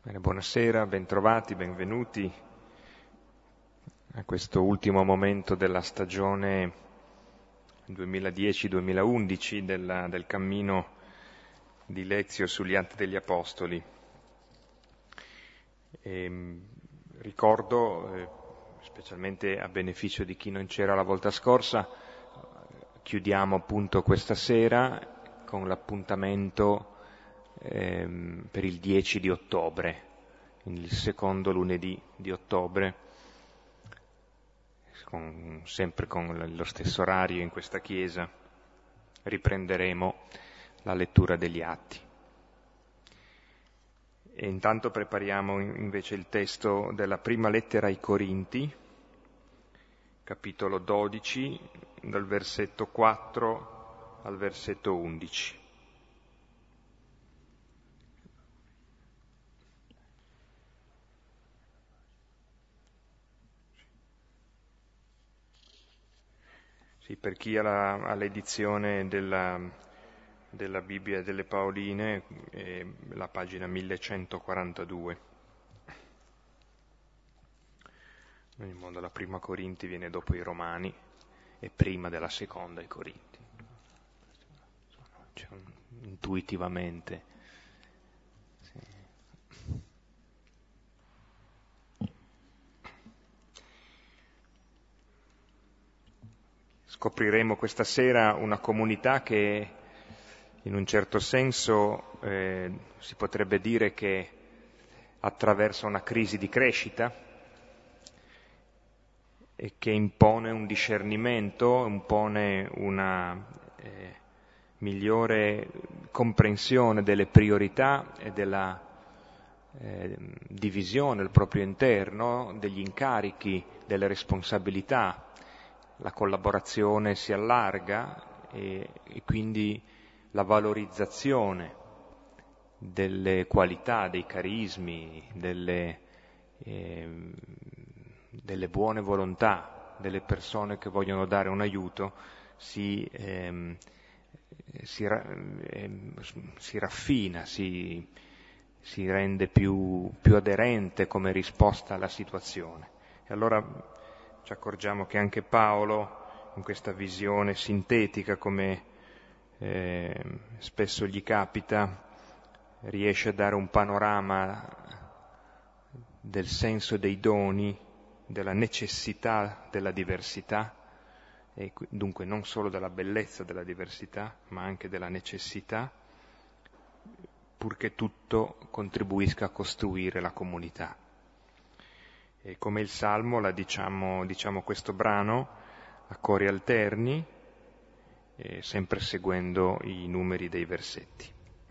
Bene, buonasera, bentrovati, benvenuti a questo ultimo momento della stagione 2010-2011 del cammino di Lezio sugli Atti degli Apostoli. Ricordo, specialmente a beneficio di chi non c'era la volta scorsa, chiudiamo appunto questa sera con l'appuntamento per il 10 di ottobre, il secondo lunedì di ottobre, sempre con lo stesso orario in questa chiesa, riprenderemo la lettura degli Atti. E intanto prepariamo invece il testo della prima lettera ai Corinti, capitolo 12, dal versetto 4 al versetto 11. Sì, per chi ha l'edizione della Bibbia delle Paoline, la pagina 1142. In ogni modo la prima Corinti viene dopo i Romani e prima della seconda i Corinti. Cioè, intuitivamente. Sì. Scopriremo questa sera una comunità che in un certo senso si potrebbe dire che attraversa una crisi di crescita e che impone un discernimento, impone una migliore comprensione delle priorità e della divisione al proprio interno, degli incarichi, delle responsabilità. La collaborazione si allarga e quindi la valorizzazione delle qualità, dei carismi, delle buone volontà delle persone che vogliono dare un aiuto si raffina, si rende più aderente come risposta alla situazione. E allora ci accorgiamo che anche Paolo, in questa visione sintetica, come spesso gli capita, riesce a dare un panorama del senso dei doni, della necessità della diversità, e dunque non solo della bellezza della diversità, ma anche della necessità, purché tutto contribuisca a costruire la comunità. E come il Salmo la diciamo questo brano a cori alterni, sempre seguendo i numeri dei versetti.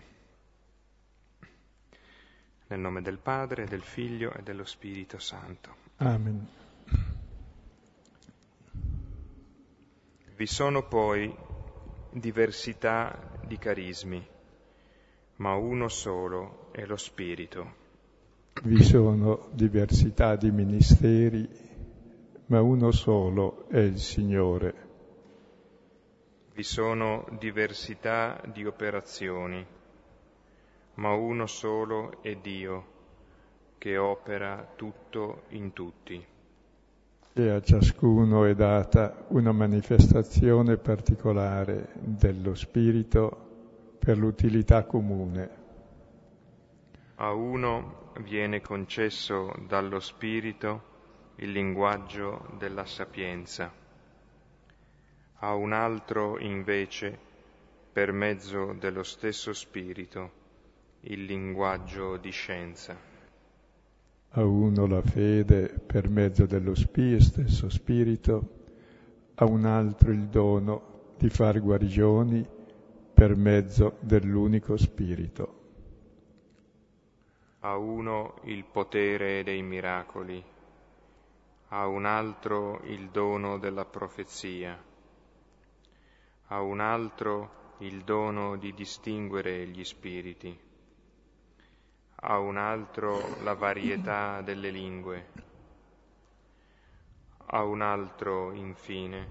Nel nome del Padre, del Figlio e dello Spirito Santo. Amen. Vi sono poi diversità di carismi, ma uno solo è lo Spirito. Vi sono diversità di ministeri, ma uno solo è il Signore. Vi sono diversità di operazioni, ma uno solo è Dio, che opera tutto in tutti. E a ciascuno è data una manifestazione particolare dello Spirito per l'utilità comune. A uno viene concesso dallo Spirito il linguaggio della sapienza, a un altro invece, per mezzo dello stesso Spirito, il linguaggio di scienza. A uno la fede per mezzo dello stesso Spirito, a un altro il dono di far guarigioni per mezzo dell'unico Spirito. A uno il potere dei miracoli, a un altro il dono della profezia, a un altro il dono di distinguere gli spiriti, a un altro la varietà delle lingue, a un altro, infine,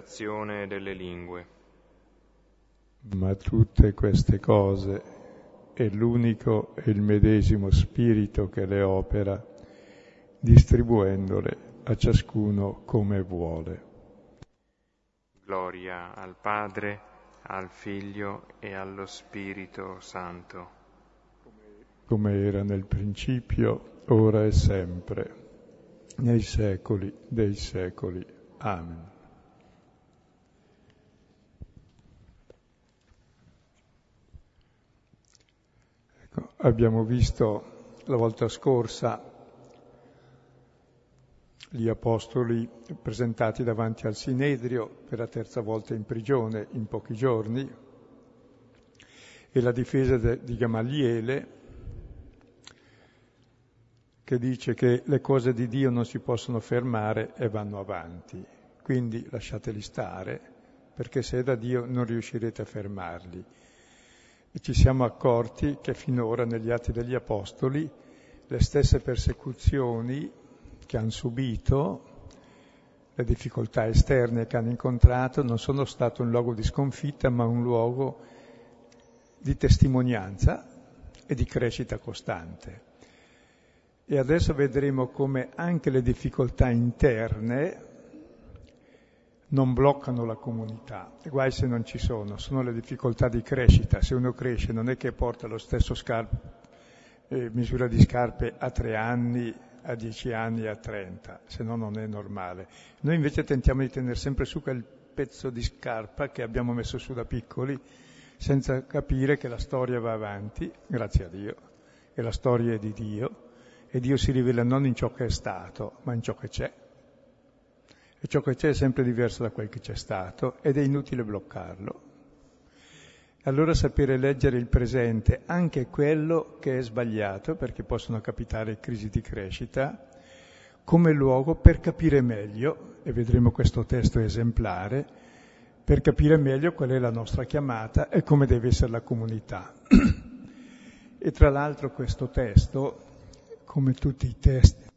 l'interpretazione delle lingue. Ma tutte queste cose è l'unico e il medesimo Spirito che le opera, distribuendole a ciascuno come vuole. Gloria al Padre, al Figlio e allo Spirito Santo. Come era nel principio, ora e sempre, nei secoli dei secoli. Amen. Ecco, abbiamo visto la volta scorsa gli apostoli presentati davanti al Sinedrio per la terza volta in prigione in pochi giorni e la difesa di Gamaliele, che dice che le cose di Dio non si possono fermare e vanno avanti, quindi lasciateli stare, perché se è da Dio non riuscirete a fermarli. E ci siamo accorti che finora negli Atti degli Apostoli le stesse persecuzioni che hanno subito, le difficoltà esterne che hanno incontrato, non sono stato un luogo di sconfitta, ma un luogo di testimonianza e di crescita costante. E adesso vedremo come anche le difficoltà interne non bloccano la comunità. Guai se non ci sono le difficoltà di crescita. Se uno cresce non è che porta lo stesso misura di scarpe a 3 anni, a 10 anni, a 30, se no non è normale. Noi invece tentiamo di tenere sempre su quel pezzo di scarpa che abbiamo messo su da piccoli, senza capire che la storia va avanti, grazie a Dio, e la storia è di Dio, e Dio si rivela non in ciò che è stato, ma in ciò che c'è. E ciò che c'è è sempre diverso da quel che c'è stato, ed è inutile bloccarlo. Allora sapere leggere il presente, anche quello che è sbagliato, perché possono capitare crisi di crescita, come luogo per capire meglio, e vedremo questo testo esemplare, per capire meglio qual è la nostra chiamata e come deve essere la comunità. E tra l'altro questo testo, come tutti i testi,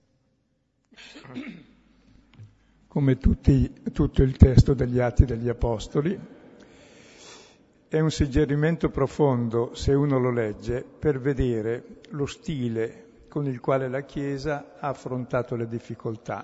come tutto il testo degli Atti degli Apostoli, è un suggerimento profondo, se uno lo legge, per vedere lo stile con il quale la Chiesa ha affrontato le difficoltà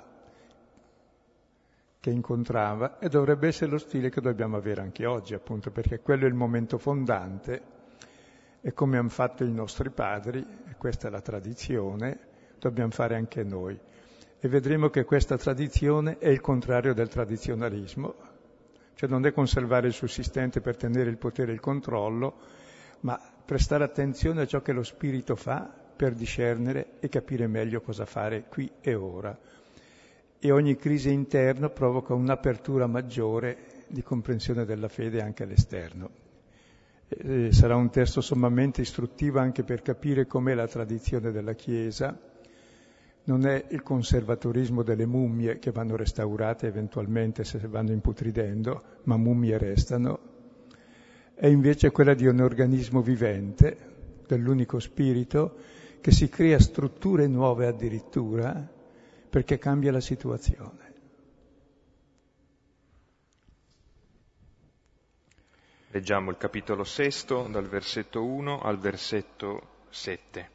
che incontrava, e dovrebbe essere lo stile che dobbiamo avere anche oggi, appunto, perché quello è il momento fondante, e come hanno fatto i nostri padri, e questa è la tradizione, dobbiamo fare anche noi. E vedremo che questa tradizione è il contrario del tradizionalismo, cioè non è conservare il sussistente per tenere il potere e il controllo, ma prestare attenzione a ciò che lo Spirito fa per discernere e capire meglio cosa fare qui e ora. E ogni crisi interna provoca un'apertura maggiore di comprensione della fede anche all'esterno. Sarà un testo sommamente istruttivo anche per capire com'è la tradizione della Chiesa. Non è il conservatorismo delle mummie che vanno restaurate eventualmente se vanno imputridendo, ma mummie restano. È invece quella di un organismo vivente, dell'unico spirito, che si crea strutture nuove addirittura perché cambia la situazione. Leggiamo il capitolo 6, dal versetto 1 al versetto 7.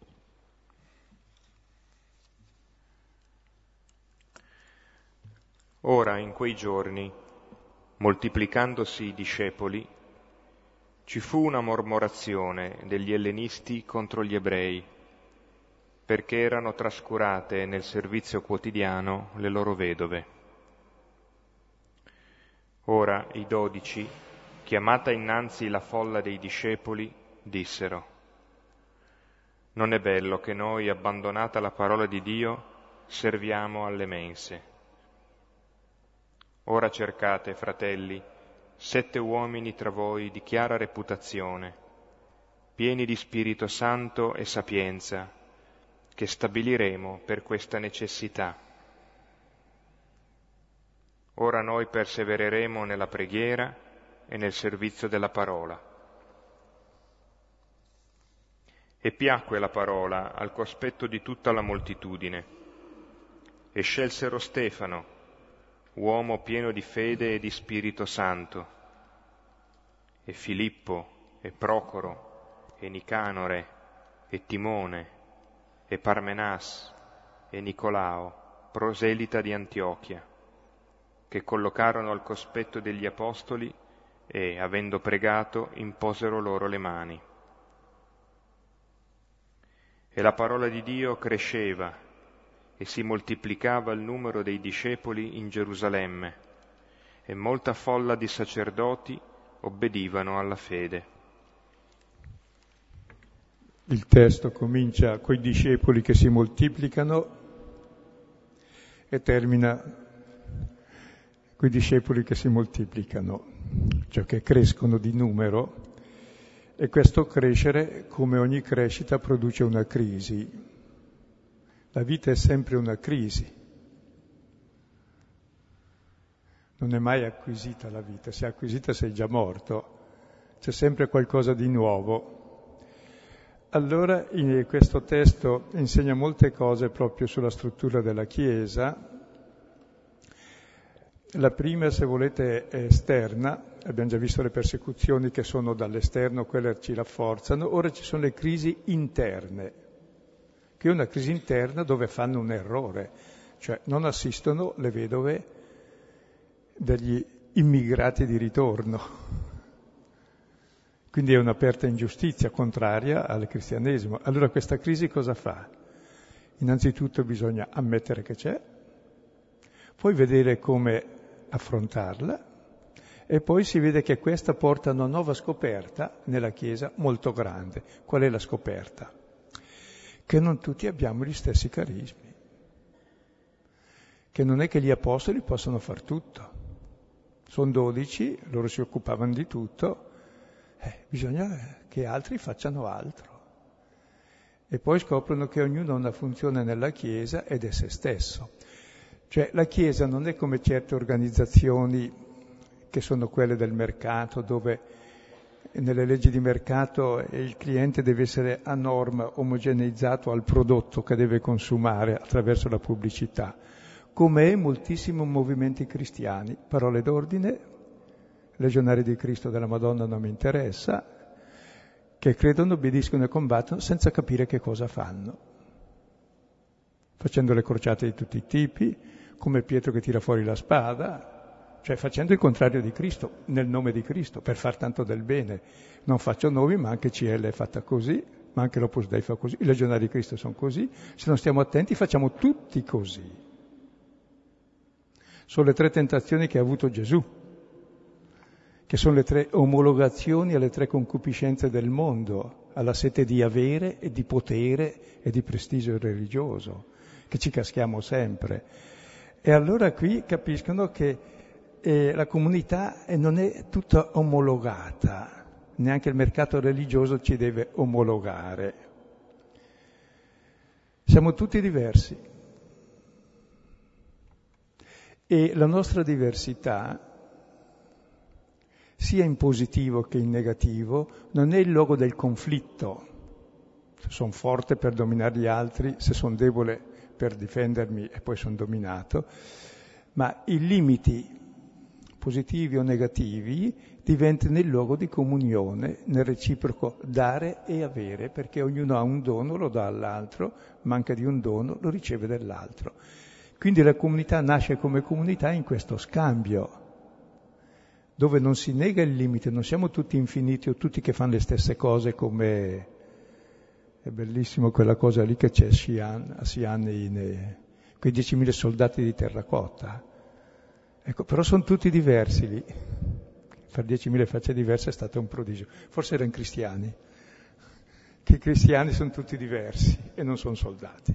Ora, in quei giorni, moltiplicandosi i discepoli, ci fu una mormorazione degli ellenisti contro gli ebrei, perché erano trascurate nel servizio quotidiano le loro vedove. Ora i 12, chiamata innanzi la folla dei discepoli, dissero: non è bello che noi, abbandonata la parola di Dio, serviamo alle mense. Ora cercate, fratelli, 7 uomini tra voi di chiara reputazione, pieni di Spirito Santo e sapienza, che stabiliremo per questa necessità. Ora noi persevereremo nella preghiera e nel servizio della parola. E piacque la parola al cospetto di tutta la moltitudine, e scelsero Stefano, uomo pieno di fede e di Spirito Santo, e Filippo, e Procoro, e Nicanore, e Timone, e Parmenas, e Nicolao, proselita di Antiochia, che collocarono al cospetto degli apostoli e, avendo pregato, imposero loro le mani. E la parola di Dio cresceva e si moltiplicava il numero dei discepoli in Gerusalemme, e molta folla di sacerdoti obbedivano alla fede. Il testo comincia coi discepoli che si moltiplicano e termina coi discepoli che si moltiplicano, cioè che crescono di numero, e questo crescere, come ogni crescita, produce una crisi. La vita è sempre una crisi. Non è mai acquisita la vita, se è acquisita sei già morto, c'è sempre qualcosa di nuovo. Allora questo testo insegna molte cose proprio sulla struttura della Chiesa. La prima, se volete, è esterna. Abbiamo già visto le persecuzioni che sono dall'esterno, quelle ci rafforzano. Ora ci sono le crisi interne, che è una crisi interna dove fanno un errore, cioè non assistono le vedove degli immigrati di ritorno. Quindi è un'aperta ingiustizia contraria al cristianesimo. Allora questa crisi cosa fa? Innanzitutto bisogna ammettere che c'è, poi vedere come affrontarla, e poi si vede che questa porta a una nuova scoperta nella Chiesa molto grande. Qual è la scoperta? Che non tutti abbiamo gli stessi carismi, che non è che gli apostoli possono far tutto. Sono 12, loro si occupavano di tutto, bisogna che altri facciano altro. E poi scoprono che ognuno ha una funzione nella Chiesa ed è se stesso. Cioè la Chiesa non è come certe organizzazioni che sono quelle del mercato, dove nelle leggi di mercato il cliente deve essere a norma omogeneizzato al prodotto che deve consumare attraverso la pubblicità, come è moltissimi movimenti cristiani. Parole d'ordine, legionari di Cristo della Madonna non mi interessa, che credono, obbediscono e combattono senza capire che cosa fanno, facendo le crociate di tutti i tipi, come Pietro che tira fuori la spada, cioè facendo il contrario di Cristo, nel nome di Cristo, per far tanto del bene. Non faccio nomi, ma anche CL è fatta così, ma anche l'Opus Dei fa così, i legionari di Cristo sono così, se non stiamo attenti facciamo tutti così. Sono le 3 tentazioni che ha avuto Gesù, che sono le 3 omologazioni alle 3 concupiscenze del mondo, alla sete di avere e di potere e di prestigio religioso, che ci caschiamo sempre. E allora qui capiscono che la comunità non è tutta omologata, neanche il mercato religioso ci deve omologare. Siamo tutti diversi. E la nostra diversità, sia in positivo che in negativo, non è il luogo del conflitto. Se sono forte per dominare gli altri, se sono debole per difendermi e poi sono dominato, ma i limiti positivi o negativi diventano il luogo di comunione, nel reciproco dare e avere, perché ognuno ha un dono, lo dà all'altro, manca di un dono, lo riceve dall'altro. Quindi la comunità nasce come comunità in questo scambio, dove non si nega il limite, non siamo tutti infiniti o tutti che fanno le stesse cose, come è bellissimo quella cosa lì che c'è a Xi'an, quei 10.000 soldati di terracotta. Ecco, però sono tutti diversi lì. Fare 10.000 facce diverse è stato un prodigio. Forse erano cristiani, che i cristiani sono tutti diversi e non sono soldati.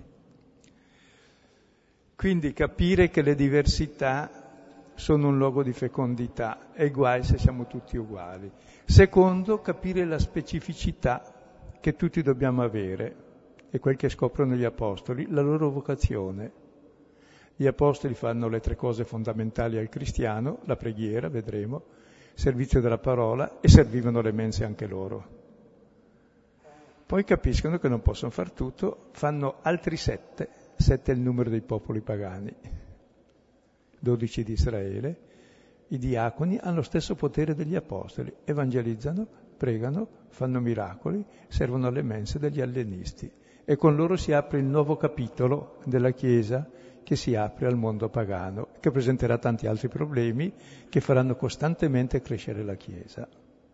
Quindi capire che le diversità sono un luogo di fecondità, e guai se siamo tutti uguali. Secondo, capire la specificità che tutti dobbiamo avere, e quel che scoprono gli apostoli, la loro vocazione. Gli apostoli fanno le 3 cose fondamentali al cristiano, la preghiera, vedremo, servizio della parola, e servivano le mense anche loro. Poi capiscono che non possono far tutto, fanno altri 7 è il numero dei popoli pagani, 12 di Israele. I diaconi hanno lo stesso potere degli apostoli, evangelizzano, pregano, fanno miracoli, servono alle mense degli ellenisti. E con loro si apre il nuovo capitolo della Chiesa che si apre al mondo pagano, che presenterà tanti altri problemi che faranno costantemente crescere la Chiesa.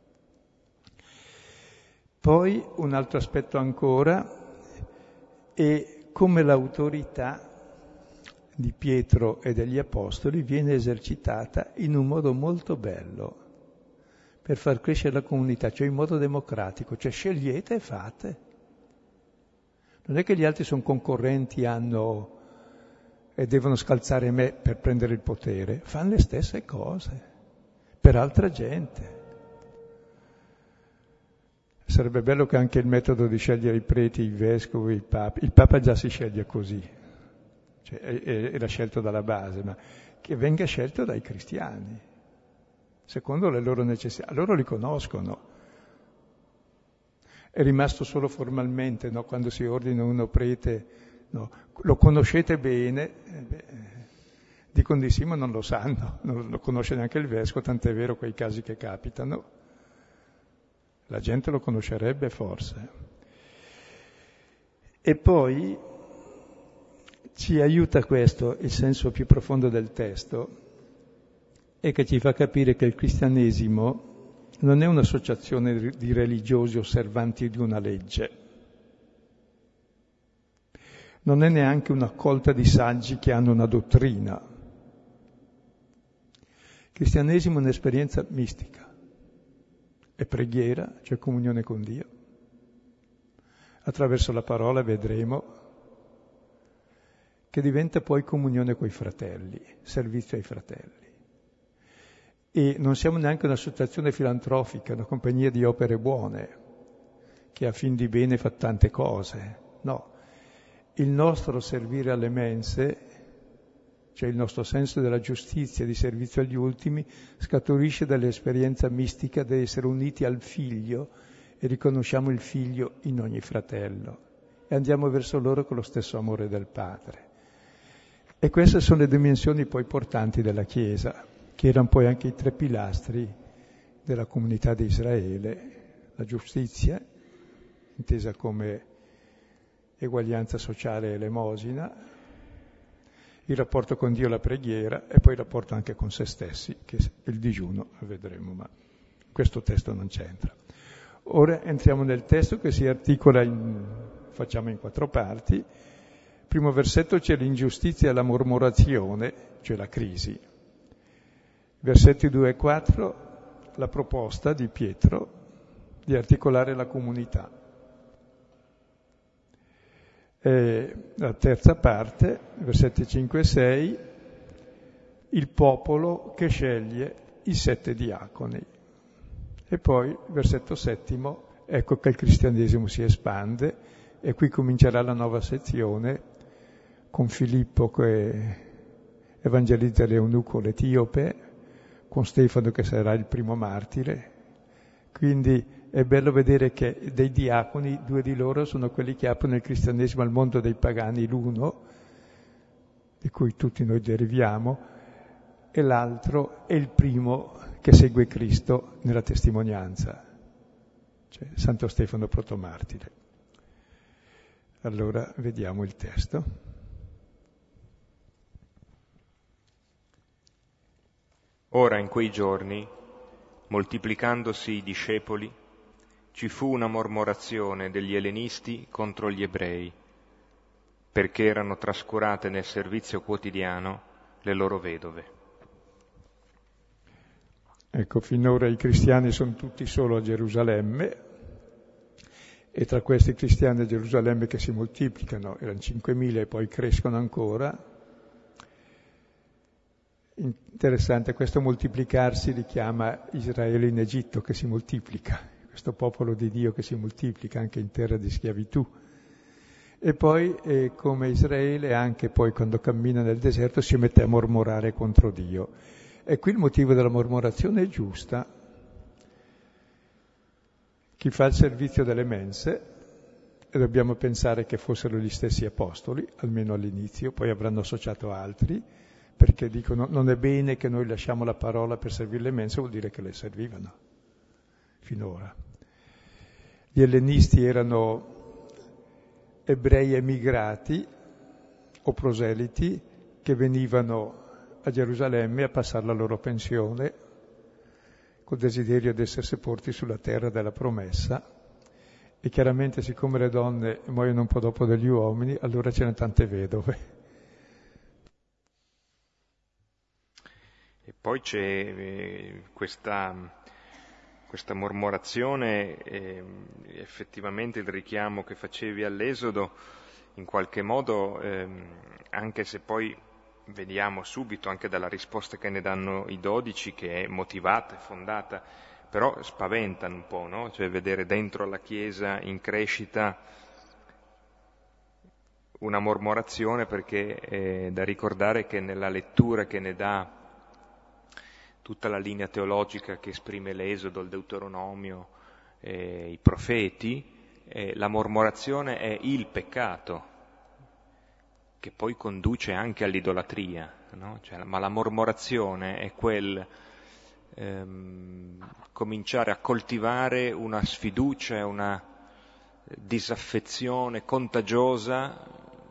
Poi un altro aspetto ancora è come l'autorità di Pietro e degli Apostoli viene esercitata in un modo molto bello per far crescere la comunità, cioè in modo democratico, cioè scegliete e fate. Non è che gli altri sono concorrenti, e devono scalzare me per prendere il potere, fanno le stesse cose per altra gente. Sarebbe bello che anche il metodo di scegliere i preti, i vescovi, il Papa già si sceglie così, cioè era scelto dalla base, ma che venga scelto dai cristiani, secondo le loro necessità. Loro li conoscono. È rimasto solo formalmente, no? Quando si ordina uno prete, no? Lo conoscete bene, dicono di sì, ma non lo sanno, non lo conosce neanche il vescovo, tant'è vero quei casi che capitano. La gente lo conoscerebbe forse. E poi ci aiuta questo, il senso più profondo del testo, è che ci fa capire che il cristianesimo non è un'associazione di religiosi osservanti di una legge, non è neanche una colta di saggi che hanno una dottrina. Il cristianesimo è un'esperienza mistica. È preghiera, cioè comunione con Dio. Attraverso la parola vedremo che diventa poi comunione coi fratelli, servizio ai fratelli. E non siamo neanche un'associazione filantrofica, una compagnia di opere buone, che a fin di bene fa tante cose. No, il nostro servire alle mense, cioè il nostro senso della giustizia e di servizio agli ultimi, scaturisce dall'esperienza mistica di essere uniti al Figlio e riconosciamo il Figlio in ogni fratello e andiamo verso loro con lo stesso amore del Padre. E queste sono le dimensioni poi portanti della Chiesa, che erano poi anche i 3 pilastri della comunità di Israele: la giustizia, intesa come eguaglianza sociale e elemosina, il rapporto con Dio, la preghiera, e poi il rapporto anche con se stessi, che è il digiuno, lo vedremo, ma questo testo non c'entra. Ora entriamo nel testo che si articola facciamo in 4 parti. Primo versetto c'è l'ingiustizia e la mormorazione, cioè la crisi. Versetti 2 e 4, la proposta di Pietro di articolare la comunità. E la terza parte, versetti 5 e 6, il popolo che sceglie i 7 diaconi. E poi, versetto 7, ecco che il cristianesimo si espande e qui comincerà la nuova sezione con Filippo che evangelizza l'eunuco l'etiope, con Stefano che sarà il primo martire. Quindi è bello vedere che dei diaconi 2 di loro sono quelli che aprono il cristianesimo al mondo dei pagani, l'uno, di cui tutti noi deriviamo, e l'altro è il primo che segue Cristo nella testimonianza, cioè Santo Stefano protomartire. Allora vediamo il testo. Ora in quei giorni, moltiplicandosi i discepoli, ci fu una mormorazione degli ellenisti contro gli ebrei, perché erano trascurate nel servizio quotidiano le loro vedove. Ecco, finora i cristiani sono tutti solo a Gerusalemme, e tra questi cristiani a Gerusalemme che si moltiplicano, erano 5.000 e poi crescono ancora. Interessante, questo moltiplicarsi richiama Israele in Egitto che si moltiplica, questo popolo di Dio che si moltiplica anche in terra di schiavitù. E poi, come Israele, anche poi quando cammina nel deserto si mette a mormorare contro Dio. E qui il motivo della mormorazione è giusta. Chi fa il servizio delle mense, e dobbiamo pensare che fossero gli stessi apostoli, almeno all'inizio, poi avranno associato altri, perché dicono non è bene che noi lasciamo la parola per servire le mense, vuol dire che le servivano finora. Gli ellenisti erano ebrei emigrati o proseliti che venivano a Gerusalemme a passare la loro pensione col desiderio di essere sepolti sulla terra della promessa. E chiaramente, siccome le donne muoiono un po' dopo degli uomini, allora c'erano tante vedove. E poi c'è questa mormorazione, effettivamente il richiamo che facevi all'Esodo, in qualche modo, anche se poi vediamo subito anche dalla risposta che ne danno i 12, che è motivata e fondata, però spaventano un po', no? Cioè vedere dentro la Chiesa in crescita una mormorazione, perché è da ricordare che nella lettura che ne dà tutta la linea teologica che esprime l'Esodo, il Deuteronomio, i profeti, la mormorazione è il peccato che poi conduce anche all'idolatria, no? Cioè, ma la mormorazione è quel cominciare a coltivare una sfiducia, una disaffezione contagiosa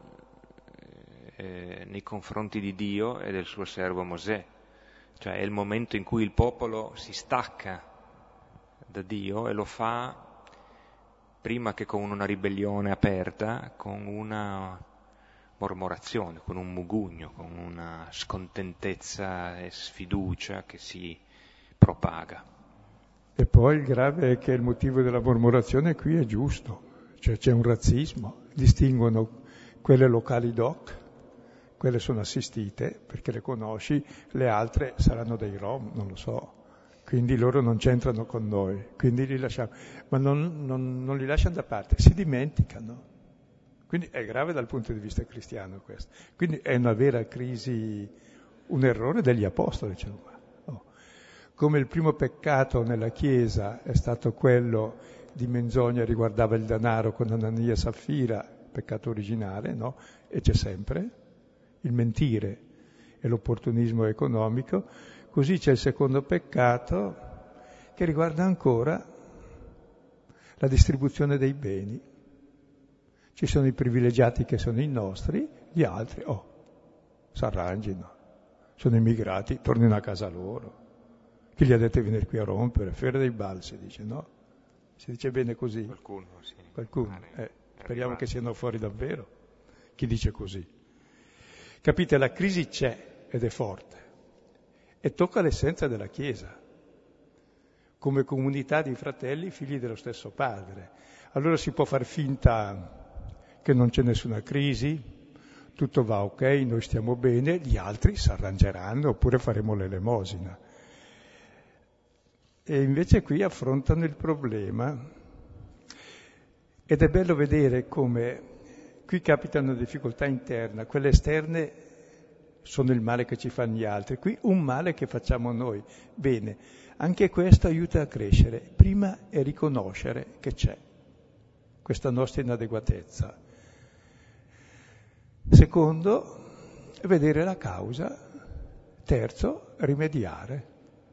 nei confronti di Dio e del suo servo Mosè. Cioè è il momento in cui il popolo si stacca da Dio e lo fa prima che con una ribellione aperta, con una mormorazione, con un mugugno, con una scontentezza e sfiducia che si propaga. E poi il grave è che il motivo della mormorazione qui è giusto, cioè c'è un razzismo, distinguono quelle locali doc, quelle sono assistite perché le conosci, le altre saranno dei Rom, non lo so, quindi loro non c'entrano con noi, quindi li lasciamo, ma non li lasciano da parte, si dimenticano. Quindi è grave dal punto di vista cristiano questo. Quindi è una vera crisi, un errore degli apostoli. Come il primo peccato nella Chiesa è stato quello di menzogna, riguardava il denaro con Anania e Saffira, peccato originale, no? E c'è sempre il mentire e l'opportunismo economico. Così c'è il secondo peccato che riguarda ancora la distribuzione dei beni. Ci sono i privilegiati che sono i nostri, gli altri, s'arrangino, sono immigrati, tornino a casa loro. Chi gli ha detto di venire qui a rompere? Fiore dei Bal, si dice, no? Si dice bene così? Qualcuno, sì. Qualcuno, speriamo che siano fuori davvero. Chi dice così? Capite, la crisi c'è ed è forte e tocca l'essenza della Chiesa, come comunità di fratelli, figli dello stesso Padre. Allora si può far finta che non c'è nessuna crisi, tutto va ok, noi stiamo bene, gli altri si arrangeranno oppure faremo l'elemosina. E invece qui affrontano il problema ed è bello vedere come qui capitano difficoltà interne, quelle esterne sono il male che ci fanno gli altri, qui un male che facciamo noi. Bene, anche questo aiuta a crescere. Prima è riconoscere che c'è questa nostra inadeguatezza. Secondo, vedere la causa. Terzo, rimediare.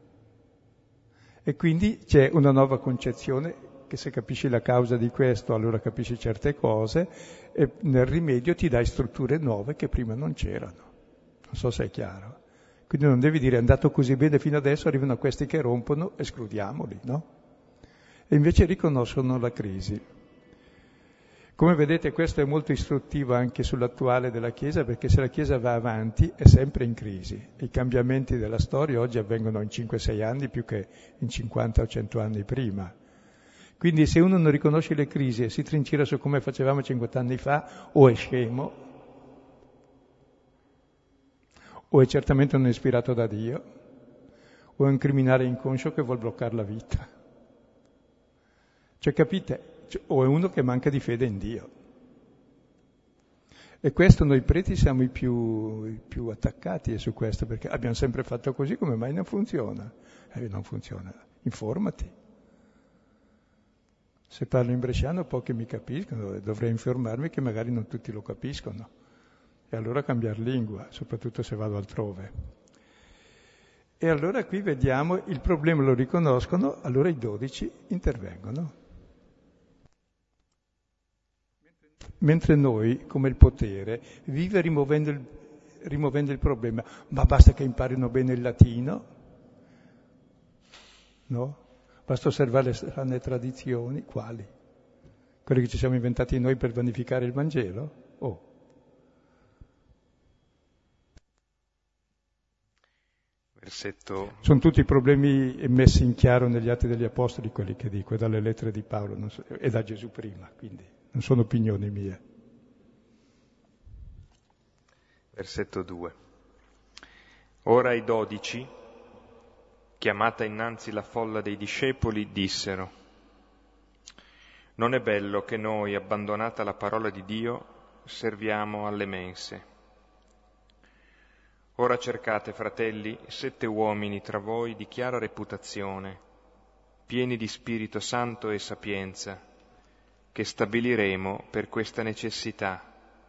E quindi c'è una nuova concezione che se capisci la causa di questo allora capisci certe cose e nel rimedio ti dai strutture nuove che prima non c'erano. Non so se è chiaro. Quindi non devi dire è andato così bene fino adesso, arrivano questi che rompono, escludiamoli, no? E invece riconoscono la crisi. Come vedete questo è molto istruttivo anche sull'attuale della Chiesa, perché se la Chiesa va avanti è sempre in crisi. I cambiamenti della storia oggi avvengono in 5-6 anni più che in 50 o 100 anni prima. Quindi se uno non riconosce le crisi e si trincira su come facevamo 50 anni fa, o è scemo, o è certamente non ispirato da Dio, o è un criminale inconscio che vuol bloccare la vita. Cioè capite? O è uno che manca di fede in Dio. E questo noi preti siamo i più attaccati su questo, perché abbiamo sempre fatto così, come mai non funziona? Non funziona, informati. Se parlo in bresciano pochi mi capiscono, dovrei informarmi che magari non tutti lo capiscono. E allora cambiare lingua, soprattutto se vado altrove. E allora qui vediamo, il problema lo riconoscono, allora i 12 intervengono. Mentre noi, come il potere, vive rimuovendo il problema. Ma basta che imparino bene il latino, no? Basta osservare le strane tradizioni. Quali? Quelle che ci siamo inventati noi per vanificare il Vangelo? Oh. Versetto... Sono tutti problemi messi in chiaro negli Atti degli Apostoli, quelli che dico, e dalle lettere di Paolo, e da Gesù prima, quindi non sono opinioni mie. Versetto 2. Ora i 12, chiamata innanzi la folla dei discepoli, dissero: non è bello che noi, abbandonata la parola di Dio, serviamo alle mense. Ora cercate, fratelli, 7 uomini tra voi di chiara reputazione, pieni di Spirito Santo e sapienza, che stabiliremo per questa necessità.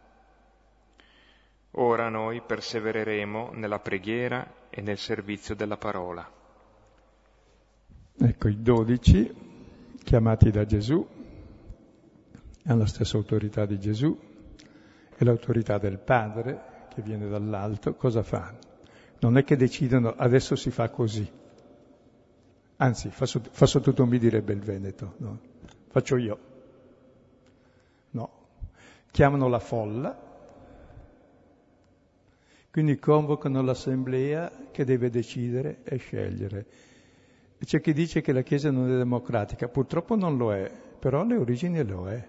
Ora noi persevereremo nella preghiera e nel servizio della parola. Ecco, i 12, chiamati da Gesù, hanno la stessa autorità di Gesù e l'autorità del Padre, che viene dall'alto. Cosa fanno? Non è che decidono adesso si fa così, anzi fa sotto mi direbbe il Veneto, no? Faccio io. No, chiamano la folla, quindi convocano l'assemblea che deve decidere e scegliere. E c'è chi dice che la Chiesa non è democratica, purtroppo non lo è, però alle origini lo è,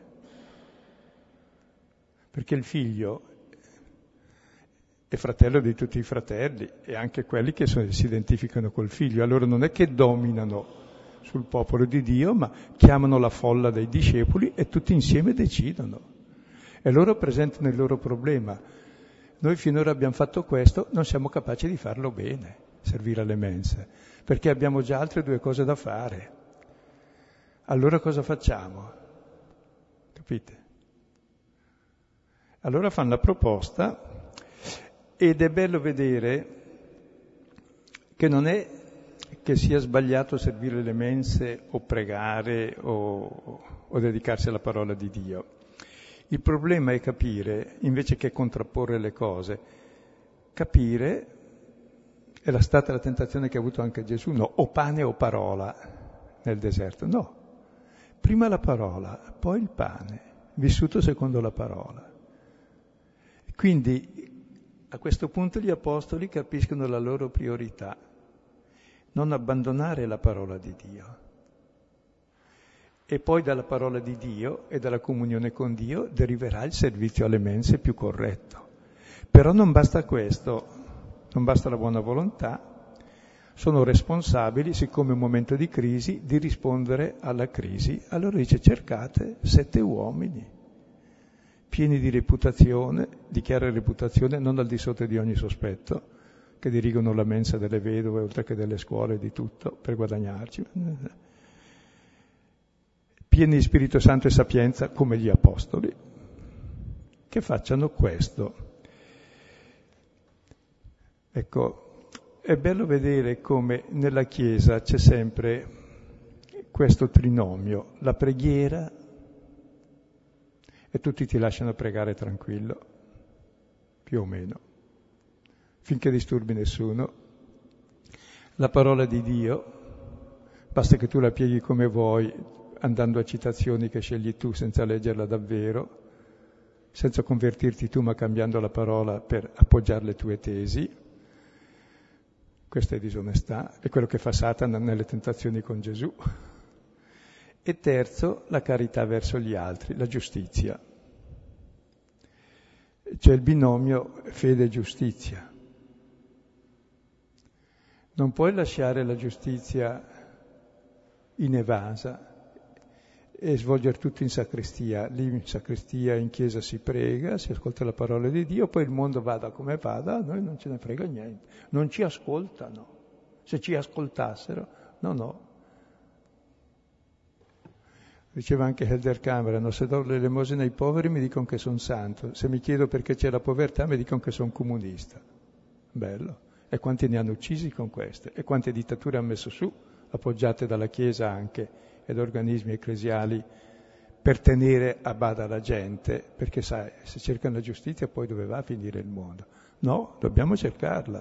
perché il figlio è fratello di tutti i fratelli e anche quelli che si identificano col figlio. Allora non è che dominano sul popolo di Dio, ma chiamano la folla dei discepoli e tutti insieme decidono. E loro presentano il loro problema. Noi finora abbiamo fatto questo, non siamo capaci di farlo bene, servire alle mense, perché abbiamo già altre 2 cose da fare. Allora cosa facciamo? Capite? Allora fanno la proposta. Ed è bello vedere che non è che sia sbagliato servire le mense o pregare o dedicarsi alla parola di Dio. Il problema è capire, invece che contrapporre le cose, capire, è stata la tentazione che ha avuto anche Gesù, no, o pane o parola nel deserto, no. Prima la parola, poi il pane, vissuto secondo la parola. Quindi a questo punto gli apostoli capiscono la loro priorità, non abbandonare la parola di Dio. E poi dalla parola di Dio e dalla comunione con Dio deriverà il servizio alle mense più corretto. Però non basta questo, non basta la buona volontà, sono responsabili, siccome è un momento di crisi, di rispondere alla crisi. Allora dice: cercate 7 uomini. Pieni di reputazione, di chiara reputazione, non al di sotto di ogni sospetto, che dirigono la mensa delle vedove, oltre che delle scuole, di tutto, per guadagnarci. Pieni di Spirito Santo e sapienza, come gli apostoli, che facciano questo. Ecco, è bello vedere come nella Chiesa c'è sempre questo trinomio, la preghiera, e tutti ti lasciano pregare tranquillo, più o meno, finché disturbi nessuno. La parola di Dio, basta che tu la pieghi come vuoi, andando a citazioni che scegli tu senza leggerla davvero, senza convertirti tu ma cambiando la parola per appoggiare le tue tesi. Questa è disonestà, è quello che fa Satana nelle tentazioni con Gesù. E terzo, la carità verso gli altri, la giustizia. C'è il binomio fede e giustizia. Non puoi lasciare la giustizia inevasa e svolgere tutto in sacrestia. Lì in sacrestia, in chiesa si prega, si ascolta la parola di Dio, poi il mondo vada come vada, a noi non ce ne frega niente. Non ci ascoltano. Se ci ascoltassero, no. Diceva anche Helder Cameron: se do l'elemosina ai poveri mi dicono che sono santo, se mi chiedo perché c'è la povertà mi dicono che sono comunista. Bello. E quanti ne hanno uccisi con queste? E quante dittature hanno messo su, appoggiate dalla Chiesa anche, ed organismi ecclesiali per tenere a bada la gente, perché sai, se cercano la giustizia poi dove va a finire il mondo? No, dobbiamo cercarla.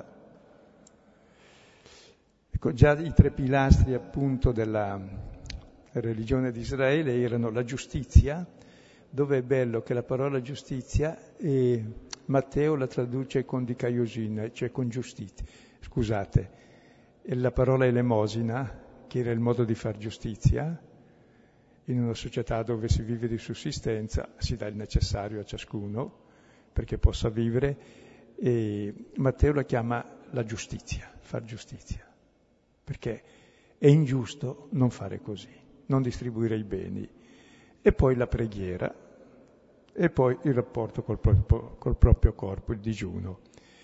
Ecco, già i 3 pilastri appunto della religione di Israele erano la giustizia, dove è bello che la parola giustizia Matteo la traduce con dikaiosin, cioè con giustizia. Scusate, la parola elemosina, che era il modo di far giustizia, in una società dove si vive di sussistenza si dà il necessario a ciascuno perché possa vivere, e Matteo la chiama la giustizia, far giustizia, perché è ingiusto non fare così, non distribuire i beni. E poi la preghiera, e poi il rapporto col proprio corpo, il digiuno.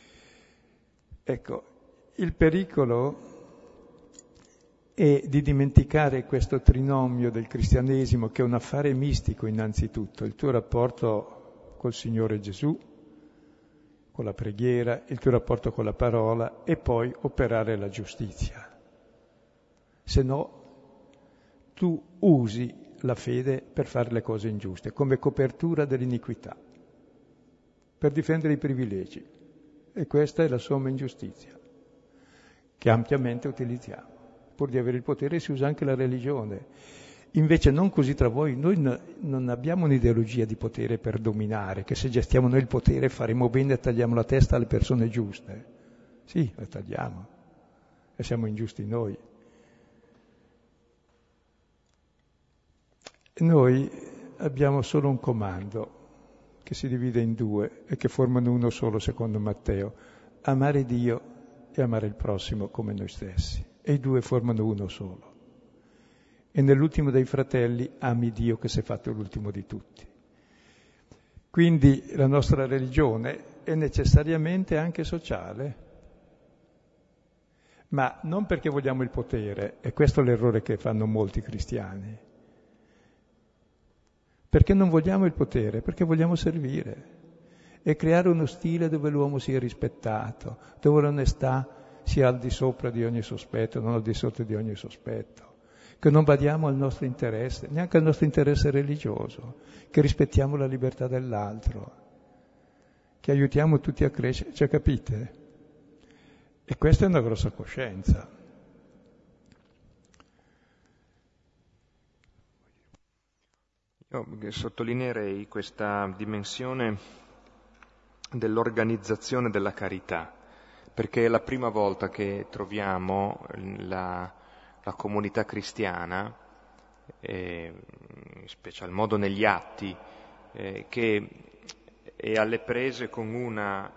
Ecco, il pericolo è di dimenticare questo trinomio del cristianesimo, che è un affare mistico innanzitutto, il tuo rapporto col Signore Gesù, con la preghiera, il tuo rapporto con la parola e poi operare la giustizia. Se no, tu usi la fede per fare le cose ingiuste, come copertura dell'iniquità, per difendere i privilegi. E questa è la somma ingiustizia, che ampiamente utilizziamo. Pur di avere il potere si usa anche la religione. Invece non così tra voi, noi non abbiamo un'ideologia di potere per dominare, che se gestiamo noi il potere faremo bene e tagliamo la testa alle persone giuste. Sì, la tagliamo, e siamo ingiusti noi. Noi abbiamo solo un comando che si divide in 2 e che formano uno solo secondo Matteo: amare Dio e amare il prossimo come noi stessi. E i 2 formano uno solo. E nell'ultimo dei fratelli ami Dio che si è fatto l'ultimo di tutti. Quindi la nostra religione è necessariamente anche sociale, ma non perché vogliamo il potere, e questo è l'errore che fanno molti cristiani. Perché non vogliamo il potere? Perché vogliamo servire e creare uno stile dove l'uomo sia rispettato, dove l'onestà sia al di sopra di ogni sospetto, non al di sotto di ogni sospetto, che non badiamo al nostro interesse, neanche al nostro interesse religioso, che rispettiamo la libertà dell'altro, che aiutiamo tutti a crescere, cioè capite? E questa è una grossa coscienza. Io sottolineerei questa dimensione dell'organizzazione della carità, perché è la prima volta che troviamo la comunità cristiana, in special modo negli atti, che è alle prese con una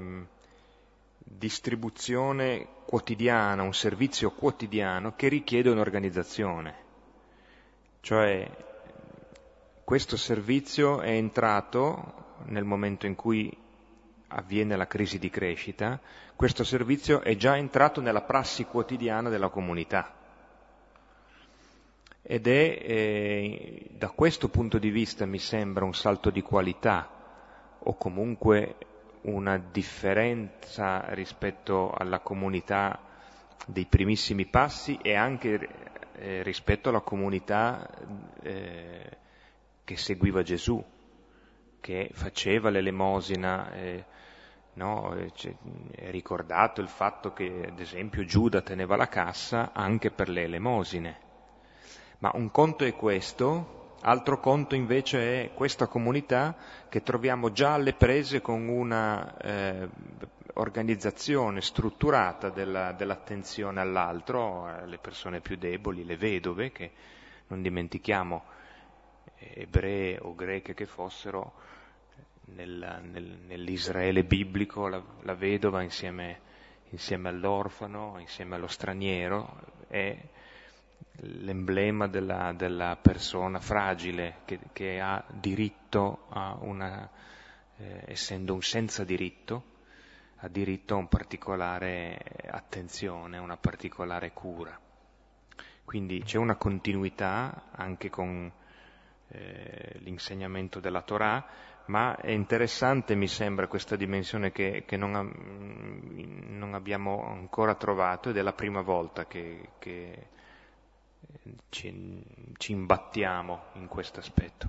distribuzione quotidiana, un servizio quotidiano che richiede un'organizzazione. Cioè, questo servizio è entrato nel momento in cui avviene la crisi di crescita, questo servizio è già entrato nella prassi quotidiana della comunità. Ed è, da questo punto di vista, mi sembra un salto di qualità, o comunque una differenza rispetto alla comunità dei primissimi passi e anche rispetto alla comunità che seguiva Gesù, che faceva l'elemosina, è ricordato il fatto che, ad esempio, Giuda teneva la cassa anche per le elemosine. Ma un conto è questo, altro conto invece è questa comunità che troviamo già alle prese con una organizzazione strutturata dell'attenzione all'altro, alle persone più deboli, le vedove, che non dimentichiamo, ebree o greche che fossero, nell'Israele biblico la vedova insieme all'orfano, insieme allo straniero, è l'emblema della persona fragile che ha diritto a essendo un senza diritto, ha diritto a un particolare attenzione, a una particolare cura. Quindi c'è una continuità anche con l'insegnamento della Torah, ma è interessante, mi sembra, questa dimensione che non abbiamo ancora trovato, ed è la prima volta che ci imbattiamo in questo aspetto.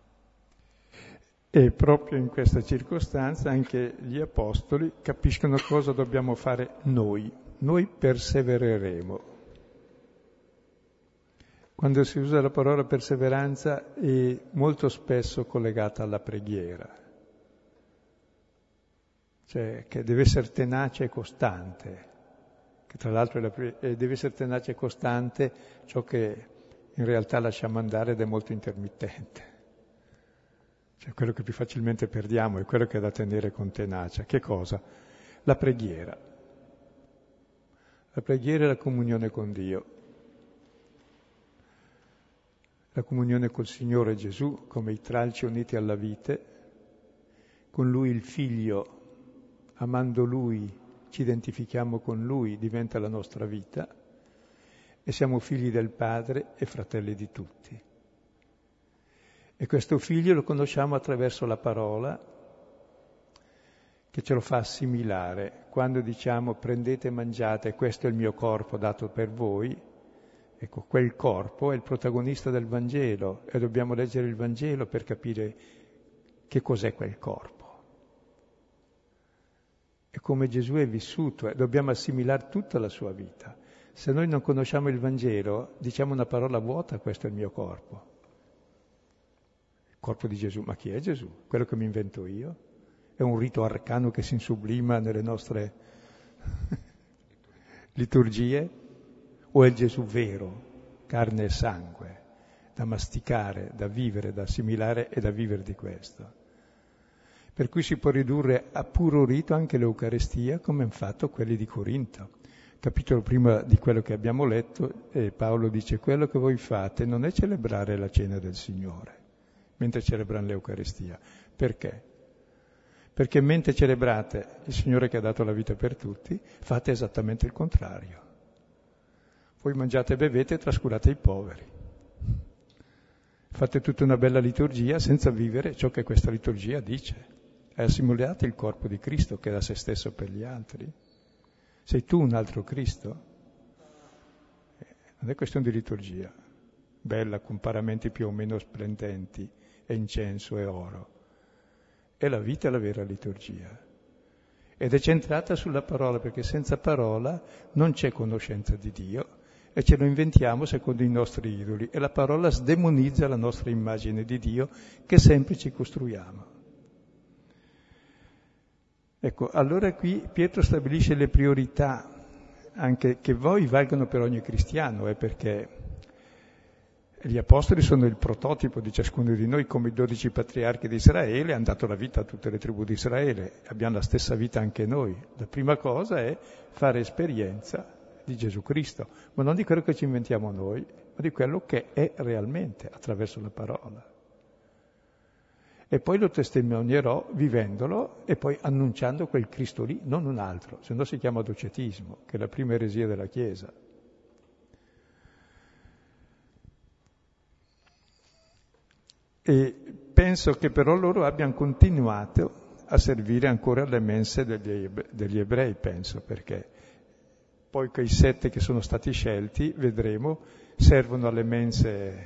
E proprio in questa circostanza anche gli apostoli capiscono cosa dobbiamo fare noi. Noi persevereremo. Quando si usa la parola perseveranza è molto spesso collegata alla preghiera, cioè che deve essere tenace e costante, che tra l'altro deve essere tenace e costante ciò che in realtà lasciamo andare ed è molto intermittente. Cioè quello che più facilmente perdiamo è quello che è da tenere con tenacia. Che cosa? La preghiera. La preghiera è la comunione con Dio. La comunione col Signore Gesù, come i tralci uniti alla vite, con Lui il Figlio, amando Lui, ci identifichiamo con Lui, diventa la nostra vita, e siamo figli del Padre e fratelli di tutti. E questo Figlio lo conosciamo attraverso la parola, che ce lo fa assimilare. Quando diciamo prendete e mangiate, questo è il mio corpo dato per voi, ecco, quel corpo è il protagonista del Vangelo e dobbiamo leggere il Vangelo per capire che cos'è quel corpo. E come Gesù è vissuto, dobbiamo assimilare tutta la sua vita. Se noi non conosciamo il Vangelo, diciamo una parola vuota, questo è il mio corpo. Il corpo di Gesù, ma chi è Gesù? Quello che mi invento io? È un rito arcano che si insublima nelle nostre liturgie? O è il Gesù vero, carne e sangue, da masticare, da vivere, da assimilare e da vivere di questo? Per cui si può ridurre a puro rito anche l'Eucarestia, come hanno fatto quelli di Corinto. Capitolo prima di quello che abbiamo letto, Paolo dice: quello che voi fate non è celebrare la cena del Signore, mentre celebrano l'Eucarestia. Perché? Perché mentre celebrate il Signore che ha dato la vita per tutti, fate esattamente il contrario. Voi mangiate e bevete e trascurate i poveri. Fate tutta una bella liturgia senza vivere ciò che questa liturgia dice. Assimilate il corpo di Cristo che dà se stesso per gli altri. Sei tu un altro Cristo? Non è questione di liturgia, bella, con paramenti più o meno splendenti, e incenso e oro. È la vita la vera liturgia. Ed è centrata sulla parola, perché senza parola non c'è conoscenza di Dio e ce lo inventiamo secondo i nostri idoli. E la parola sdemonizza la nostra immagine di Dio che sempre ci costruiamo. Ecco, allora qui Pietro stabilisce le priorità, anche che poi valgono per ogni cristiano, perché gli apostoli sono il prototipo di ciascuno di noi, come i 12 patriarchi di Israele, hanno dato la vita a tutte le tribù di Israele, abbiamo la stessa vita anche noi. La prima cosa è fare esperienza di Gesù Cristo, ma non di quello che ci inventiamo noi, ma di quello che è realmente attraverso la parola. E poi lo testimonierò vivendolo e poi annunciando quel Cristo lì, non un altro, se no si chiama docetismo, che è la prima eresia della Chiesa. E penso che però loro abbiano continuato a servire ancora alle mense degli ebrei, penso, perché poi quei 7 che sono stati scelti, vedremo, servono alle mense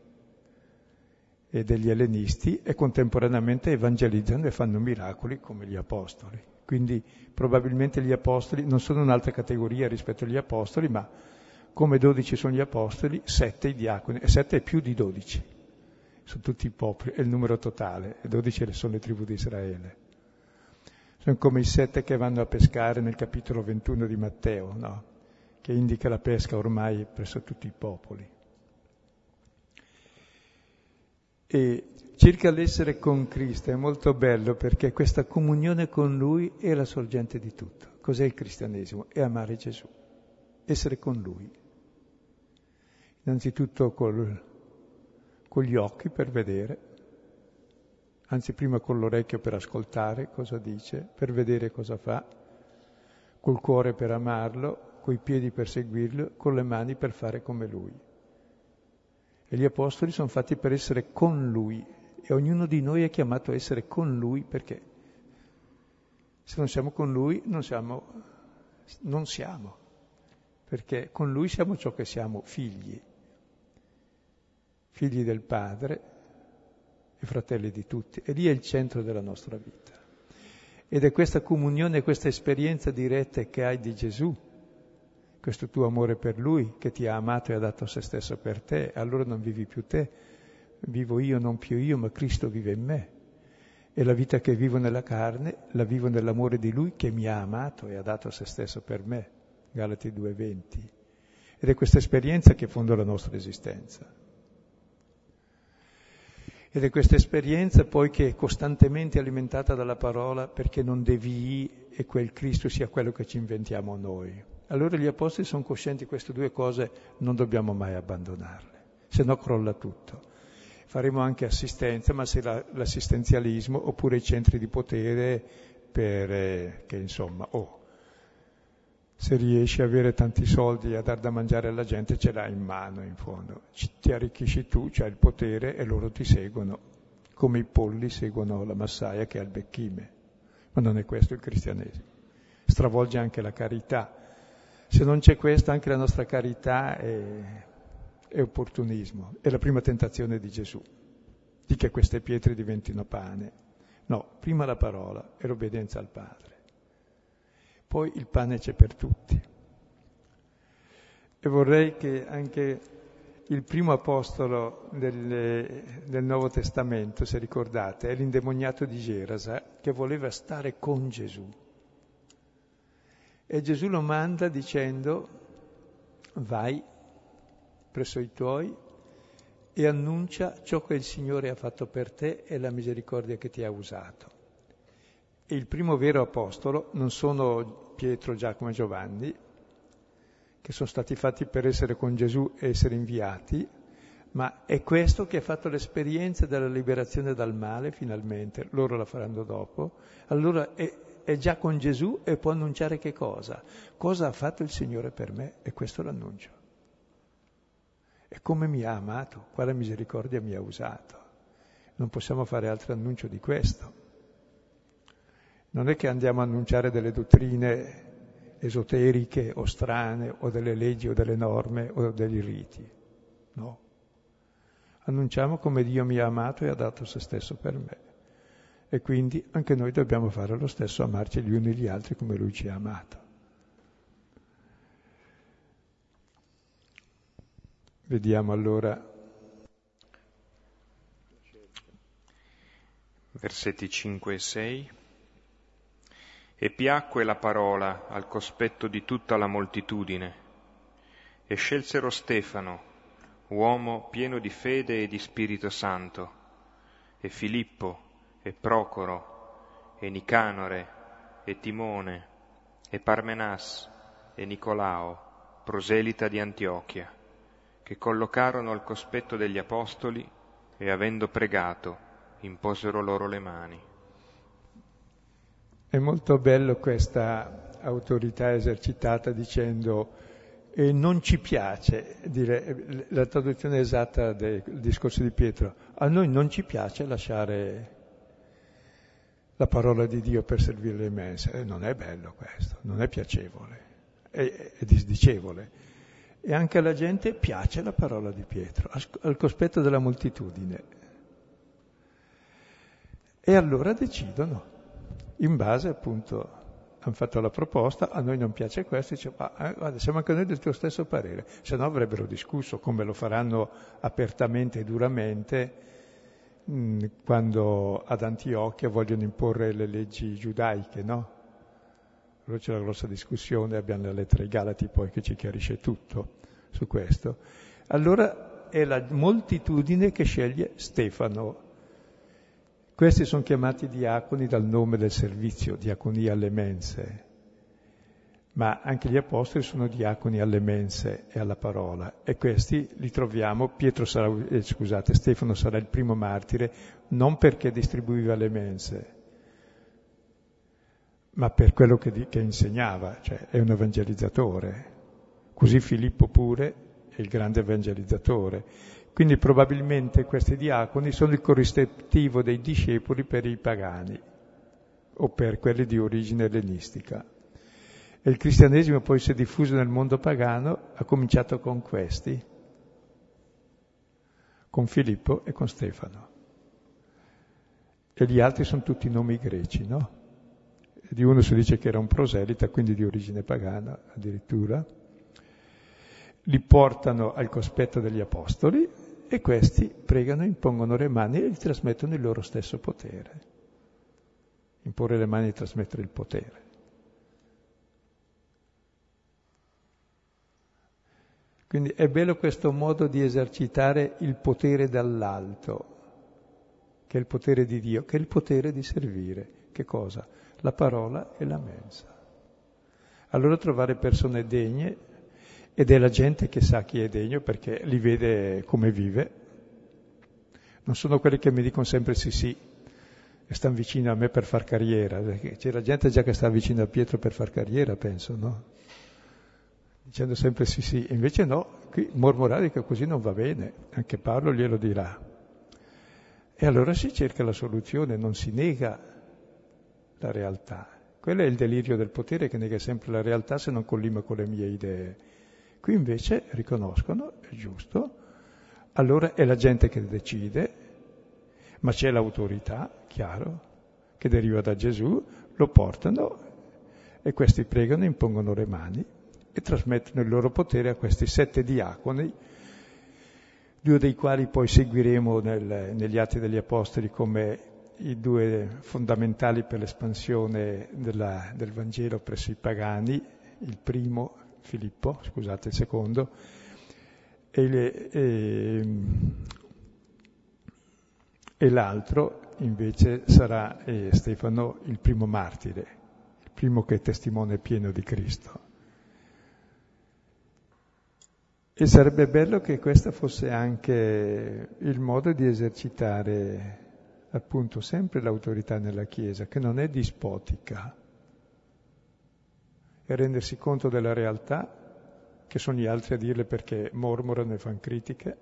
e degli ellenisti e contemporaneamente evangelizzano e fanno miracoli come gli apostoli. Quindi probabilmente gli apostoli non sono un'altra categoria rispetto agli apostoli, ma come 12 sono gli apostoli, 7 i diaconi, e 7 è più di 12. Sono tutti i popoli, è il numero totale, e 12 sono le tribù di Israele. Sono come i 7 che vanno a pescare nel capitolo 21 di Matteo, no? Che indica la pesca ormai presso tutti i popoli. E circa l'essere con Cristo è molto bello, perché questa comunione con Lui è la sorgente di tutto. Cos'è il cristianesimo? È amare Gesù, essere con Lui. Innanzitutto con gli occhi per vedere, anzi prima con l'orecchio per ascoltare cosa dice, per vedere cosa fa, col cuore per amarlo, coi piedi per seguirlo, con le mani per fare come Lui. E gli apostoli sono fatti per essere con Lui, e ognuno di noi è chiamato a essere con Lui, perché se non siamo con Lui non siamo, perché con Lui siamo ciò che siamo, figli. figli del Padre e fratelli di tutti. E lì è il centro della nostra vita. Ed è questa comunione, questa esperienza diretta che hai di Gesù, questo tuo amore per Lui, che ti ha amato e ha dato se stesso per te. Allora non vivi più te, vivo io, non più io, ma Cristo vive in me. E la vita che vivo nella carne, la vivo nell'amore di Lui che mi ha amato e ha dato se stesso per me. Galati 2,20. Ed è questa esperienza che fonda la nostra esistenza. Ed è questa esperienza poi che è costantemente alimentata dalla parola, perché non devii e quel Cristo sia quello che ci inventiamo noi. Allora gli apostoli sono coscienti di queste due cose, non dobbiamo mai abbandonarle, se no crolla tutto. Faremo anche assistenza, ma se l'assistenzialismo oppure i centri di potere che insomma, se riesci a avere tanti soldi e a dar da mangiare alla gente ce l'hai in mano in fondo, ti arricchisci tu, c'hai il potere e loro ti seguono, come i polli seguono la massaia che ha il becchime. Ma non è questo il cristianesimo. Stravolge anche la carità. Se non c'è questa, anche la nostra carità è opportunismo. È la prima tentazione di Gesù, di che queste pietre diventino pane. No, prima la parola e l'obbedienza al Padre. Poi il pane c'è per tutti. E vorrei che anche il primo apostolo del Nuovo Testamento, se ricordate, è l'indemoniato di Gerasa, che voleva stare con Gesù. E Gesù lo manda dicendo: vai presso i tuoi e annuncia ciò che il Signore ha fatto per te e la misericordia che ti ha usato. E il primo vero apostolo non sono Pietro, Giacomo e Giovanni, che sono stati fatti per essere con Gesù e essere inviati, ma è questo che ha fatto l'esperienza della liberazione dal male, finalmente, loro la faranno dopo. Allora è già con Gesù e può annunciare che cosa? Cosa ha fatto il Signore per me? E questo l'annuncio. E come mi ha amato, quale misericordia mi ha usato. Non possiamo fare altro annuncio di questo. Non è che andiamo a annunciare delle dottrine esoteriche o strane, o delle leggi o delle norme o dei riti. No. Annunciamo come Dio mi ha amato e ha dato se stesso per me. E quindi anche noi dobbiamo fare lo stesso, amarci gli uni gli altri come Lui ci ha amato. Vediamo allora versetti 5 e 6. E piacque la parola al cospetto di tutta la moltitudine, e scelsero Stefano, uomo pieno di fede e di Spirito Santo, e Filippo, e Procoro, e Nicanore, e Timone, e Parmenas, e Nicolao, proselita di Antiochia, che collocarono al cospetto degli apostoli e, avendo pregato, imposero loro le mani. È molto bello questa autorità esercitata dicendo e non ci piace, dire la traduzione esatta del discorso di Pietro, a noi non ci piace lasciare la parola di Dio per servire le mense. Non è bello questo, non è piacevole, è disdicevole. E anche alla gente piace la parola di Pietro, al cospetto della moltitudine. E allora decidono. In base appunto hanno fatto la proposta, a noi non piace questo, dice guarda, siamo anche noi del tuo stesso parere, se no avrebbero discusso come lo faranno apertamente e duramente quando ad Antiochia vogliono imporre le leggi giudaiche, no? Allora c'è la grossa discussione, abbiamo la lettera ai Galati poi che ci chiarisce tutto su questo. Allora è la moltitudine che sceglie Stefano. Questi sono chiamati diaconi dal nome del servizio, diaconia alle mense, ma anche gli apostoli sono diaconi alle mense e alla parola, e questi li troviamo. Stefano sarà il primo martire, non perché distribuiva le mense, ma per quello che insegnava, cioè è un evangelizzatore. Così Filippo pure è il grande evangelizzatore. Quindi probabilmente questi diaconi sono il corrispettivo dei discepoli per i pagani o per quelli di origine ellenistica. E il cristianesimo poi si è diffuso nel mondo pagano, ha cominciato con questi. con Filippo e con Stefano. E gli altri sono tutti nomi greci, no? Di uno si dice che era un proselita, quindi di origine pagana addirittura. Li portano al cospetto degli apostoli e questi pregano, impongono le mani e gli trasmettono il loro stesso potere. Imporre le mani e trasmettere il potere. Quindi è bello questo modo di esercitare il potere dall'alto, che è il potere di Dio, che è il potere di servire. Che cosa? La parola e la mensa. Allora trovare persone degne, ed è la gente che sa chi è degno perché li vede come vive. Non sono quelli che mi dicono sempre sì e stanno vicino a me per far carriera, perché c'è la gente già che sta vicino a Pietro per far carriera, penso, no? Dicendo sempre sì, invece no, qui mormorare che così non va bene, anche Paolo glielo dirà. E allora si cerca la soluzione, non si nega la realtà. Quello è il delirio del potere che nega sempre la realtà se non collima con le mie idee. Qui invece riconoscono, è giusto, allora è la gente che decide, ma c'è l'autorità, chiaro, che deriva da Gesù, lo portano e questi pregano, impongono le mani e trasmettono il loro potere a questi 7 diaconi, 2 dei quali poi seguiremo negli Atti degli Apostoli come i 2 fondamentali per l'espansione del Vangelo presso i pagani, il primo, Filippo, scusate, il secondo, e l'altro invece sarà Stefano, il primo martire, il primo che è testimone pieno di Cristo. E sarebbe bello che questo fosse anche il modo di esercitare appunto sempre l'autorità nella Chiesa, che non è dispotica, e rendersi conto della realtà, che sono gli altri a dirle perché mormorano e fanno critiche,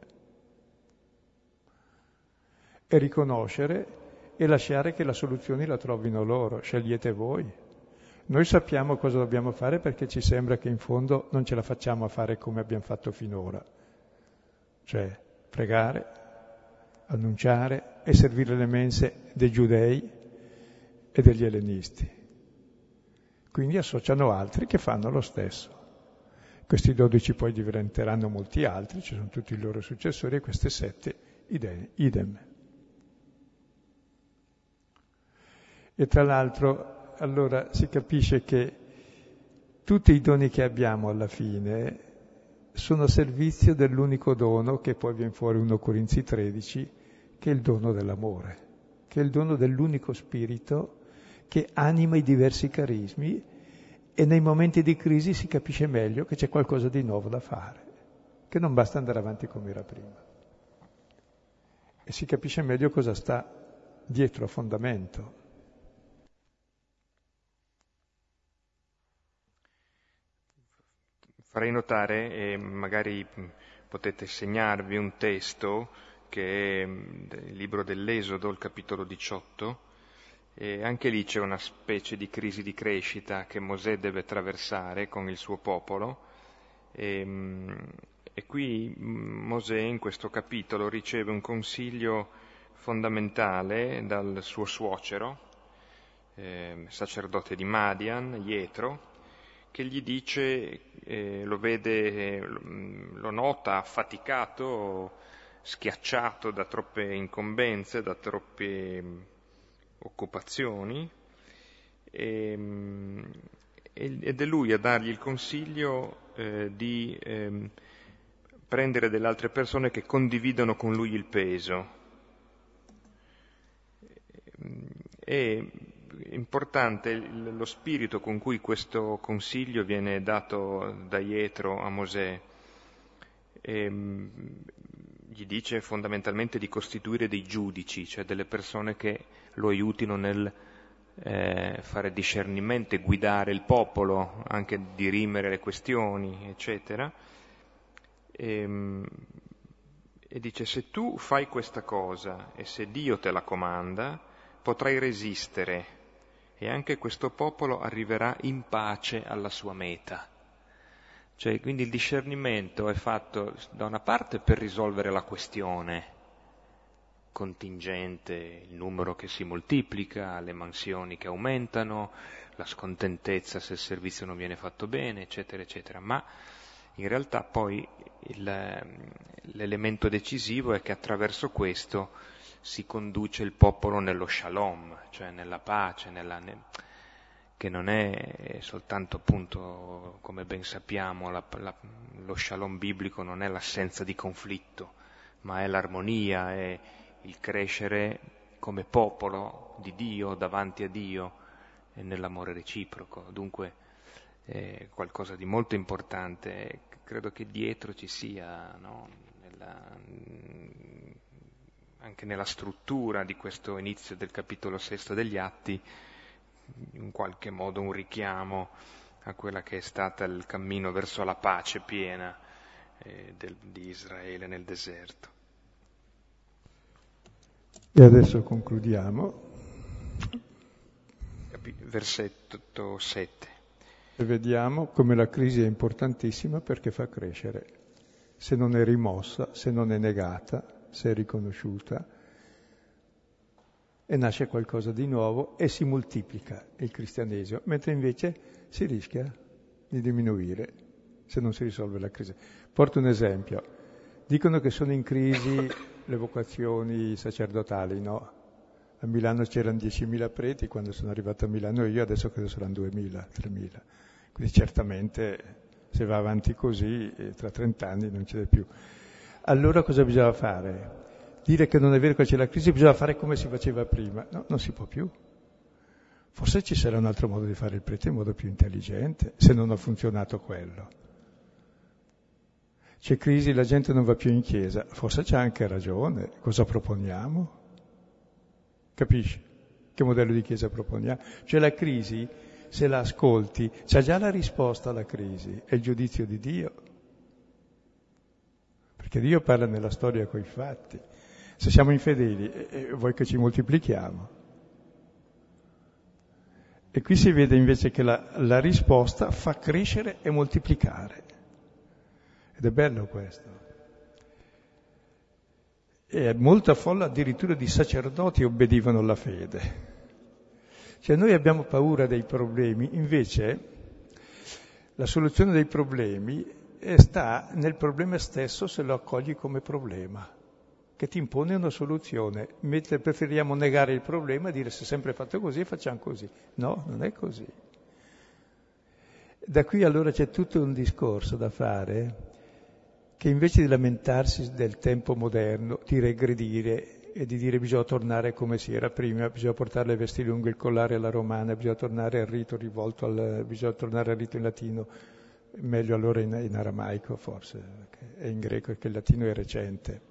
e riconoscere e lasciare che la soluzione la trovino loro, scegliete voi. Noi sappiamo cosa dobbiamo fare perché ci sembra che in fondo non ce la facciamo a fare come abbiamo fatto finora, cioè pregare, annunciare e servire le mense dei giudei e degli ellenisti. Quindi associano altri che fanno lo stesso. Questi 12 poi diventeranno molti altri, ci sono tutti i loro successori, e queste 7 idem. E tra l'altro allora si capisce che tutti i doni che abbiamo alla fine sono a servizio dell'unico dono che poi viene fuori 1 Corinzi 13, che è il dono dell'amore, che è il dono dell'unico spirito che anima i diversi carismi, e nei momenti di crisi si capisce meglio che c'è qualcosa di nuovo da fare, che non basta andare avanti come era prima. E si capisce meglio cosa sta dietro a fondamento. Farei notare, e magari potete segnarvi un testo, che è il libro dell'Esodo, il capitolo 18, e anche lì c'è una specie di crisi di crescita che Mosè deve attraversare con il suo popolo, e qui Mosè in questo capitolo riceve un consiglio fondamentale dal suo suocero, sacerdote di Madian, Jetro, che gli dice, lo vede, lo nota affaticato, schiacciato da troppe incombenze, da troppe occupazioni, ed è lui a dargli il consiglio di prendere delle altre persone che condividono con lui il peso. È importante lo spirito con cui questo consiglio viene dato da Jetro a Mosè. Gli dice fondamentalmente di costituire dei giudici, cioè delle persone che lo aiutino nel fare discernimento e guidare il popolo, anche dirimere le questioni, eccetera. E dice: se tu fai questa cosa e se Dio te la comanda, potrai resistere e anche questo popolo arriverà in pace alla sua meta. Cioè, quindi il discernimento è fatto da una parte per risolvere la questione, contingente, il numero che si moltiplica, le mansioni che aumentano, la scontentezza se il servizio non viene fatto bene, eccetera, eccetera. Ma in realtà poi l'elemento decisivo è che attraverso questo si conduce il popolo nello shalom, cioè nella pace, che non è soltanto, appunto, come ben sappiamo, lo shalom biblico non è l'assenza di conflitto, ma è l'armonia, è il crescere come popolo di Dio, davanti a Dio, e nell'amore reciproco. Dunque è qualcosa di molto importante. Credo che dietro ci sia, no, anche nella struttura di questo inizio del capitolo 6 degli Atti, in qualche modo un richiamo a quella che è stata il cammino verso la pace piena di Israele nel deserto. E adesso concludiamo. Versetto 7. E vediamo come la crisi è importantissima perché fa crescere. Se non è rimossa, se non è negata, se è riconosciuta, e nasce qualcosa di nuovo e si moltiplica il cristianesimo, mentre invece si rischia di diminuire se non si risolve la crisi. Porto un esempio. Dicono che sono in crisi le vocazioni sacerdotali, no? A Milano c'erano 10.000 preti quando sono arrivato a Milano io, adesso credo saranno 2.000, 3.000. Quindi certamente se va avanti così, tra 30 anni non ce n'è più. Allora cosa bisogna fare? Dire che non è vero che c'è la crisi, bisogna fare come si faceva prima. No, non si può più. Forse ci sarà un altro modo di fare il prete in modo più intelligente, se non ha funzionato quello. C'è crisi, la gente non va più in chiesa, forse c'ha anche ragione. Cosa proponiamo? Capisci? Che modello di chiesa proponiamo? Cioè la crisi, se la ascolti, c'ha già la risposta alla crisi, è il giudizio di Dio. Perché Dio parla nella storia coi fatti. Se siamo infedeli, vuoi che ci moltiplichiamo? E qui si vede invece che la risposta fa crescere e moltiplicare. Ed è bello questo. E molta folla addirittura di sacerdoti obbedivano alla fede. Cioè noi abbiamo paura dei problemi, invece la soluzione dei problemi sta nel problema stesso se lo accogli come problema, che ti impone una soluzione, mentre preferiamo negare il problema e dire se è sempre fatto così facciamo così. No, non è così. Da qui allora c'è tutto un discorso da fare, che invece di lamentarsi del tempo moderno, di regredire e di dire bisogna tornare come si era prima, bisogna portare le vesti lunghe, il collare alla romana, bisogna tornare al rito bisogna tornare al rito in latino, meglio allora in aramaico forse, e in greco, perché il latino è recente.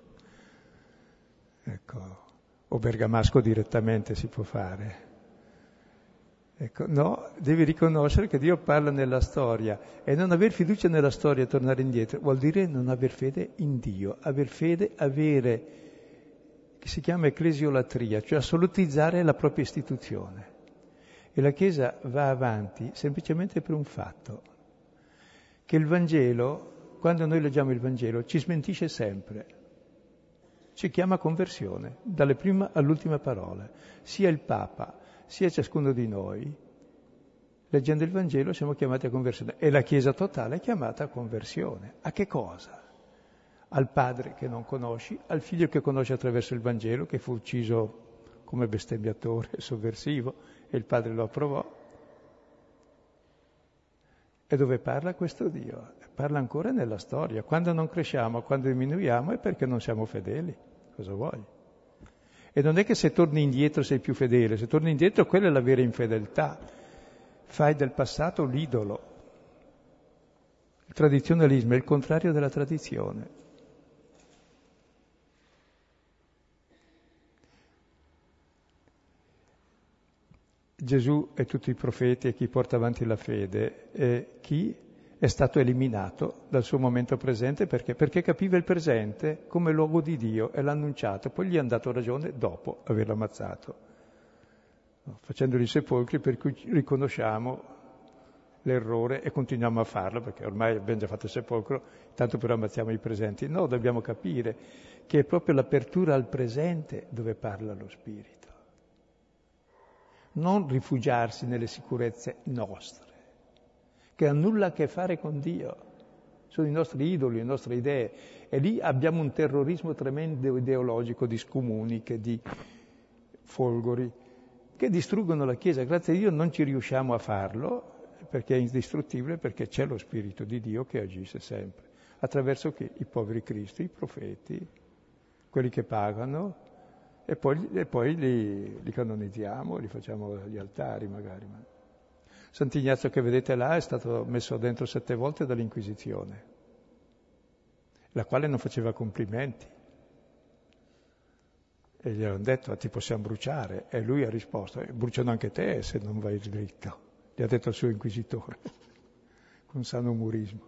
Ecco, o bergamasco direttamente si può fare. Ecco, no, devi riconoscere che Dio parla nella storia e non aver fiducia nella storia e tornare indietro vuol dire non aver fede in Dio, aver fede, che si chiama ecclesiolatria, cioè assolutizzare la propria istituzione. E la Chiesa va avanti semplicemente per un fatto, che il Vangelo, quando noi leggiamo il Vangelo, ci smentisce sempre, ci chiama a conversione, dalle prime all'ultima parola, sia il Papa, sia ciascuno di noi, leggendo il Vangelo siamo chiamati a conversione e la Chiesa totale è chiamata a conversione. A che cosa? Al padre che non conosci, al figlio che conosci attraverso il Vangelo, che fu ucciso come bestemmiatore sovversivo e il padre lo approvò. E dove parla questo Dio? Parla ancora nella storia. Quando non cresciamo, quando diminuiamo è perché non siamo fedeli. Cosa vuoi? E non è che se torni indietro sei più fedele, se torni indietro quella è la vera infedeltà. Fai del passato l'idolo. Il tradizionalismo è il contrario della tradizione. Gesù e tutti i profeti e chi porta avanti la fede è chi è stato eliminato dal suo momento presente perché capiva il presente come luogo di Dio e l'ha annunciato, poi gli è andato ragione dopo averlo ammazzato, facendogli i sepolcri per cui riconosciamo l'errore e continuiamo a farlo, perché ormai abbiamo già fatto il sepolcro, tanto però ammazziamo i presenti. No, dobbiamo capire che è proprio l'apertura al presente dove parla lo Spirito. Non rifugiarsi nelle sicurezze nostre, che hanno nulla a che fare con Dio. Sono i nostri idoli, le nostre idee. E lì abbiamo un terrorismo tremendo ideologico di scomuniche, di folgori, che distruggono la Chiesa. Grazie a Dio non ci riusciamo a farlo, perché è indistruttibile, perché c'è lo Spirito di Dio che agisce sempre. Attraverso chi? I poveri cristi, i profeti, quelli che pagano, e poi li canonizziamo, li facciamo gli altari magari. Sant'Ignazio che vedete là è stato messo dentro 7 volte dall'Inquisizione, la quale non faceva complimenti. E gli hanno detto, ti possiamo bruciare. E lui ha risposto, bruciano anche te se non vai dritto. Gli ha detto il suo inquisitore, con sano umorismo.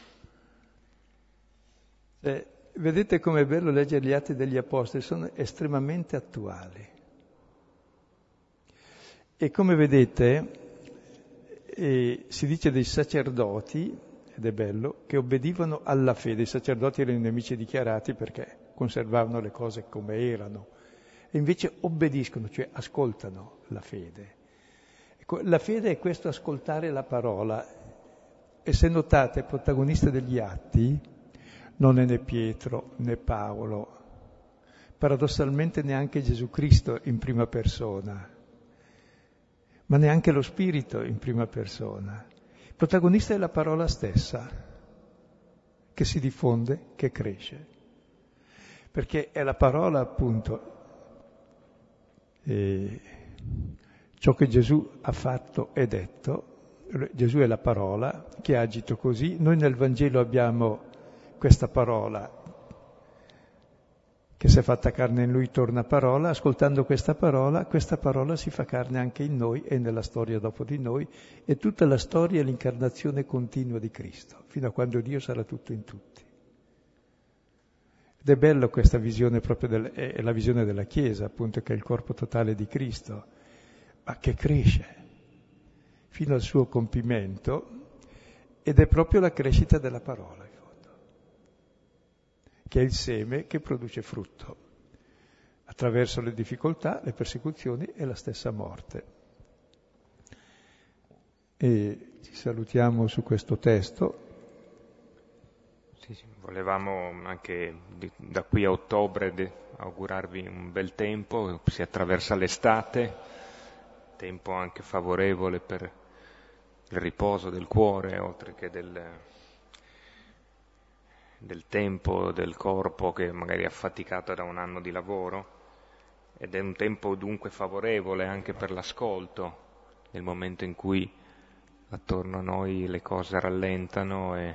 Vedete com'è bello leggere gli Atti degli Apostoli, sono estremamente attuali. E come vedete, si dice dei sacerdoti, ed è bello, che obbedivano alla fede. I sacerdoti erano i nemici dichiarati perché conservavano le cose come erano, e invece obbediscono, cioè ascoltano la fede. Ecco, la fede è questo ascoltare la parola, e se notate, protagonista degli Atti non è né Pietro né Paolo, paradossalmente neanche Gesù Cristo in prima persona, ma neanche lo Spirito in prima persona. Il protagonista è la parola stessa, che si diffonde, che cresce. Perché è la parola, appunto, ciò che Gesù ha fatto e detto. Gesù è la parola che ha agito così. Noi nel Vangelo abbiamo questa parola che si è fatta carne in lui, torna parola. Ascoltando questa parola si fa carne anche in noi e nella storia dopo di noi, e tutta la storia è l'incarnazione continua di Cristo, fino a quando Dio sarà tutto in tutti. Ed è bello questa visione proprio è la visione della Chiesa, appunto, che è il corpo totale di Cristo, ma che cresce fino al suo compimento, ed è proprio la crescita della parola, in fondo, che è il seme che produce frutto, attraverso le difficoltà, le persecuzioni e la stessa morte. E ci salutiamo su questo testo. Sì, volevamo anche da qui a ottobre augurarvi un bel tempo, si attraversa l'estate, tempo anche favorevole per il riposo del cuore, oltre che del tempo del corpo che magari è affaticato da un anno di lavoro, ed è un tempo dunque favorevole anche per l'ascolto, nel momento in cui attorno a noi le cose rallentano e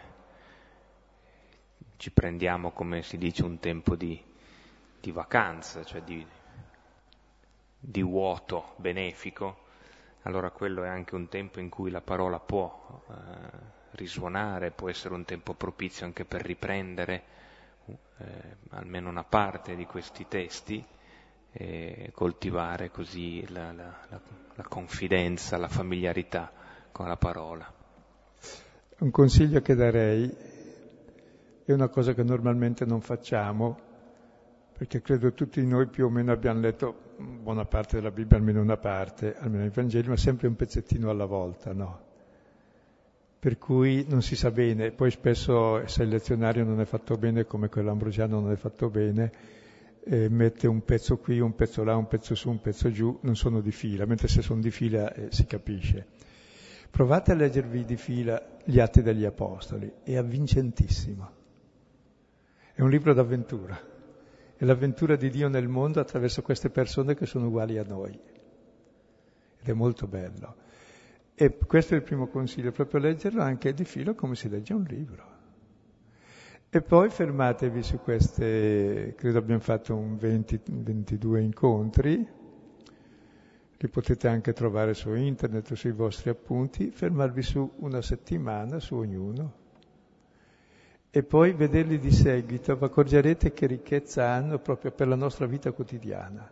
ci prendiamo, come si dice, un tempo di vacanza, cioè di vuoto benefico. Allora quello è anche un tempo in cui la parola può risuonare, può essere un tempo propizio anche per riprendere almeno una parte di questi testi e coltivare così la confidenza, la familiarità con la parola. Un consiglio che darei è una cosa che normalmente non facciamo, perché credo tutti noi più o meno abbiamo letto buona parte della Bibbia, almeno una parte, almeno i Vangeli, ma sempre un pezzettino alla volta, no? Per cui non si sa bene, poi spesso se il lezionario non è fatto bene, come quello ambrosiano non è fatto bene, mette un pezzo qui, un pezzo là, un pezzo su, un pezzo giù, non sono di fila, mentre se sono di fila si capisce. Provate a leggervi di fila gli Atti degli Apostoli, è avvincentissimo. È un libro d'avventura, è l'avventura di Dio nel mondo attraverso queste persone che sono uguali a noi. Ed è molto bello. E questo è il primo consiglio, proprio leggerlo anche di filo come si legge un libro. E poi fermatevi su queste, credo abbiamo fatto un 22 incontri, li potete anche trovare su internet o sui vostri appunti, fermarvi su una settimana su ognuno. E poi vederli di seguito, vi accorgerete che ricchezza hanno proprio per la nostra vita quotidiana.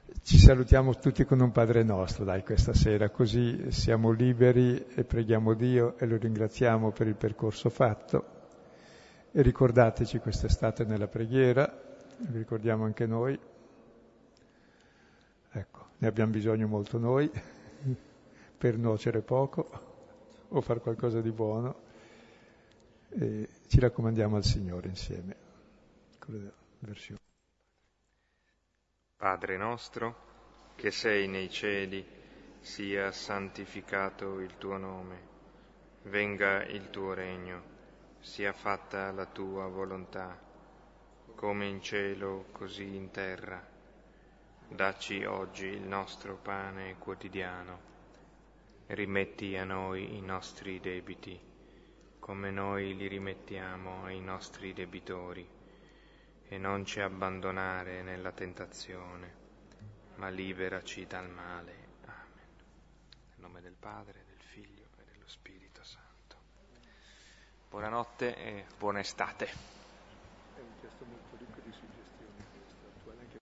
Ci salutiamo tutti con un Padre nostro, dai, questa sera, così siamo liberi e preghiamo Dio e lo ringraziamo per il percorso fatto. E ricordateci quest'estate nella preghiera, vi ricordiamo anche noi. Ecco, ne abbiamo bisogno molto noi, per nuocere poco o fare qualcosa di buono. E ci raccomandiamo al Signore insieme. Con la versione. Padre nostro, che sei nei cieli, sia santificato il tuo nome, venga il tuo regno, sia fatta la tua volontà, come in cielo così in terra. Dacci oggi il nostro pane quotidiano, rimetti a noi i nostri debiti, come noi li rimettiamo ai nostri debitori, e non ci abbandonare nella tentazione, ma liberaci dal male. Amen. Nel nome del Padre, del Figlio e dello Spirito Santo. Buonanotte e buona estate.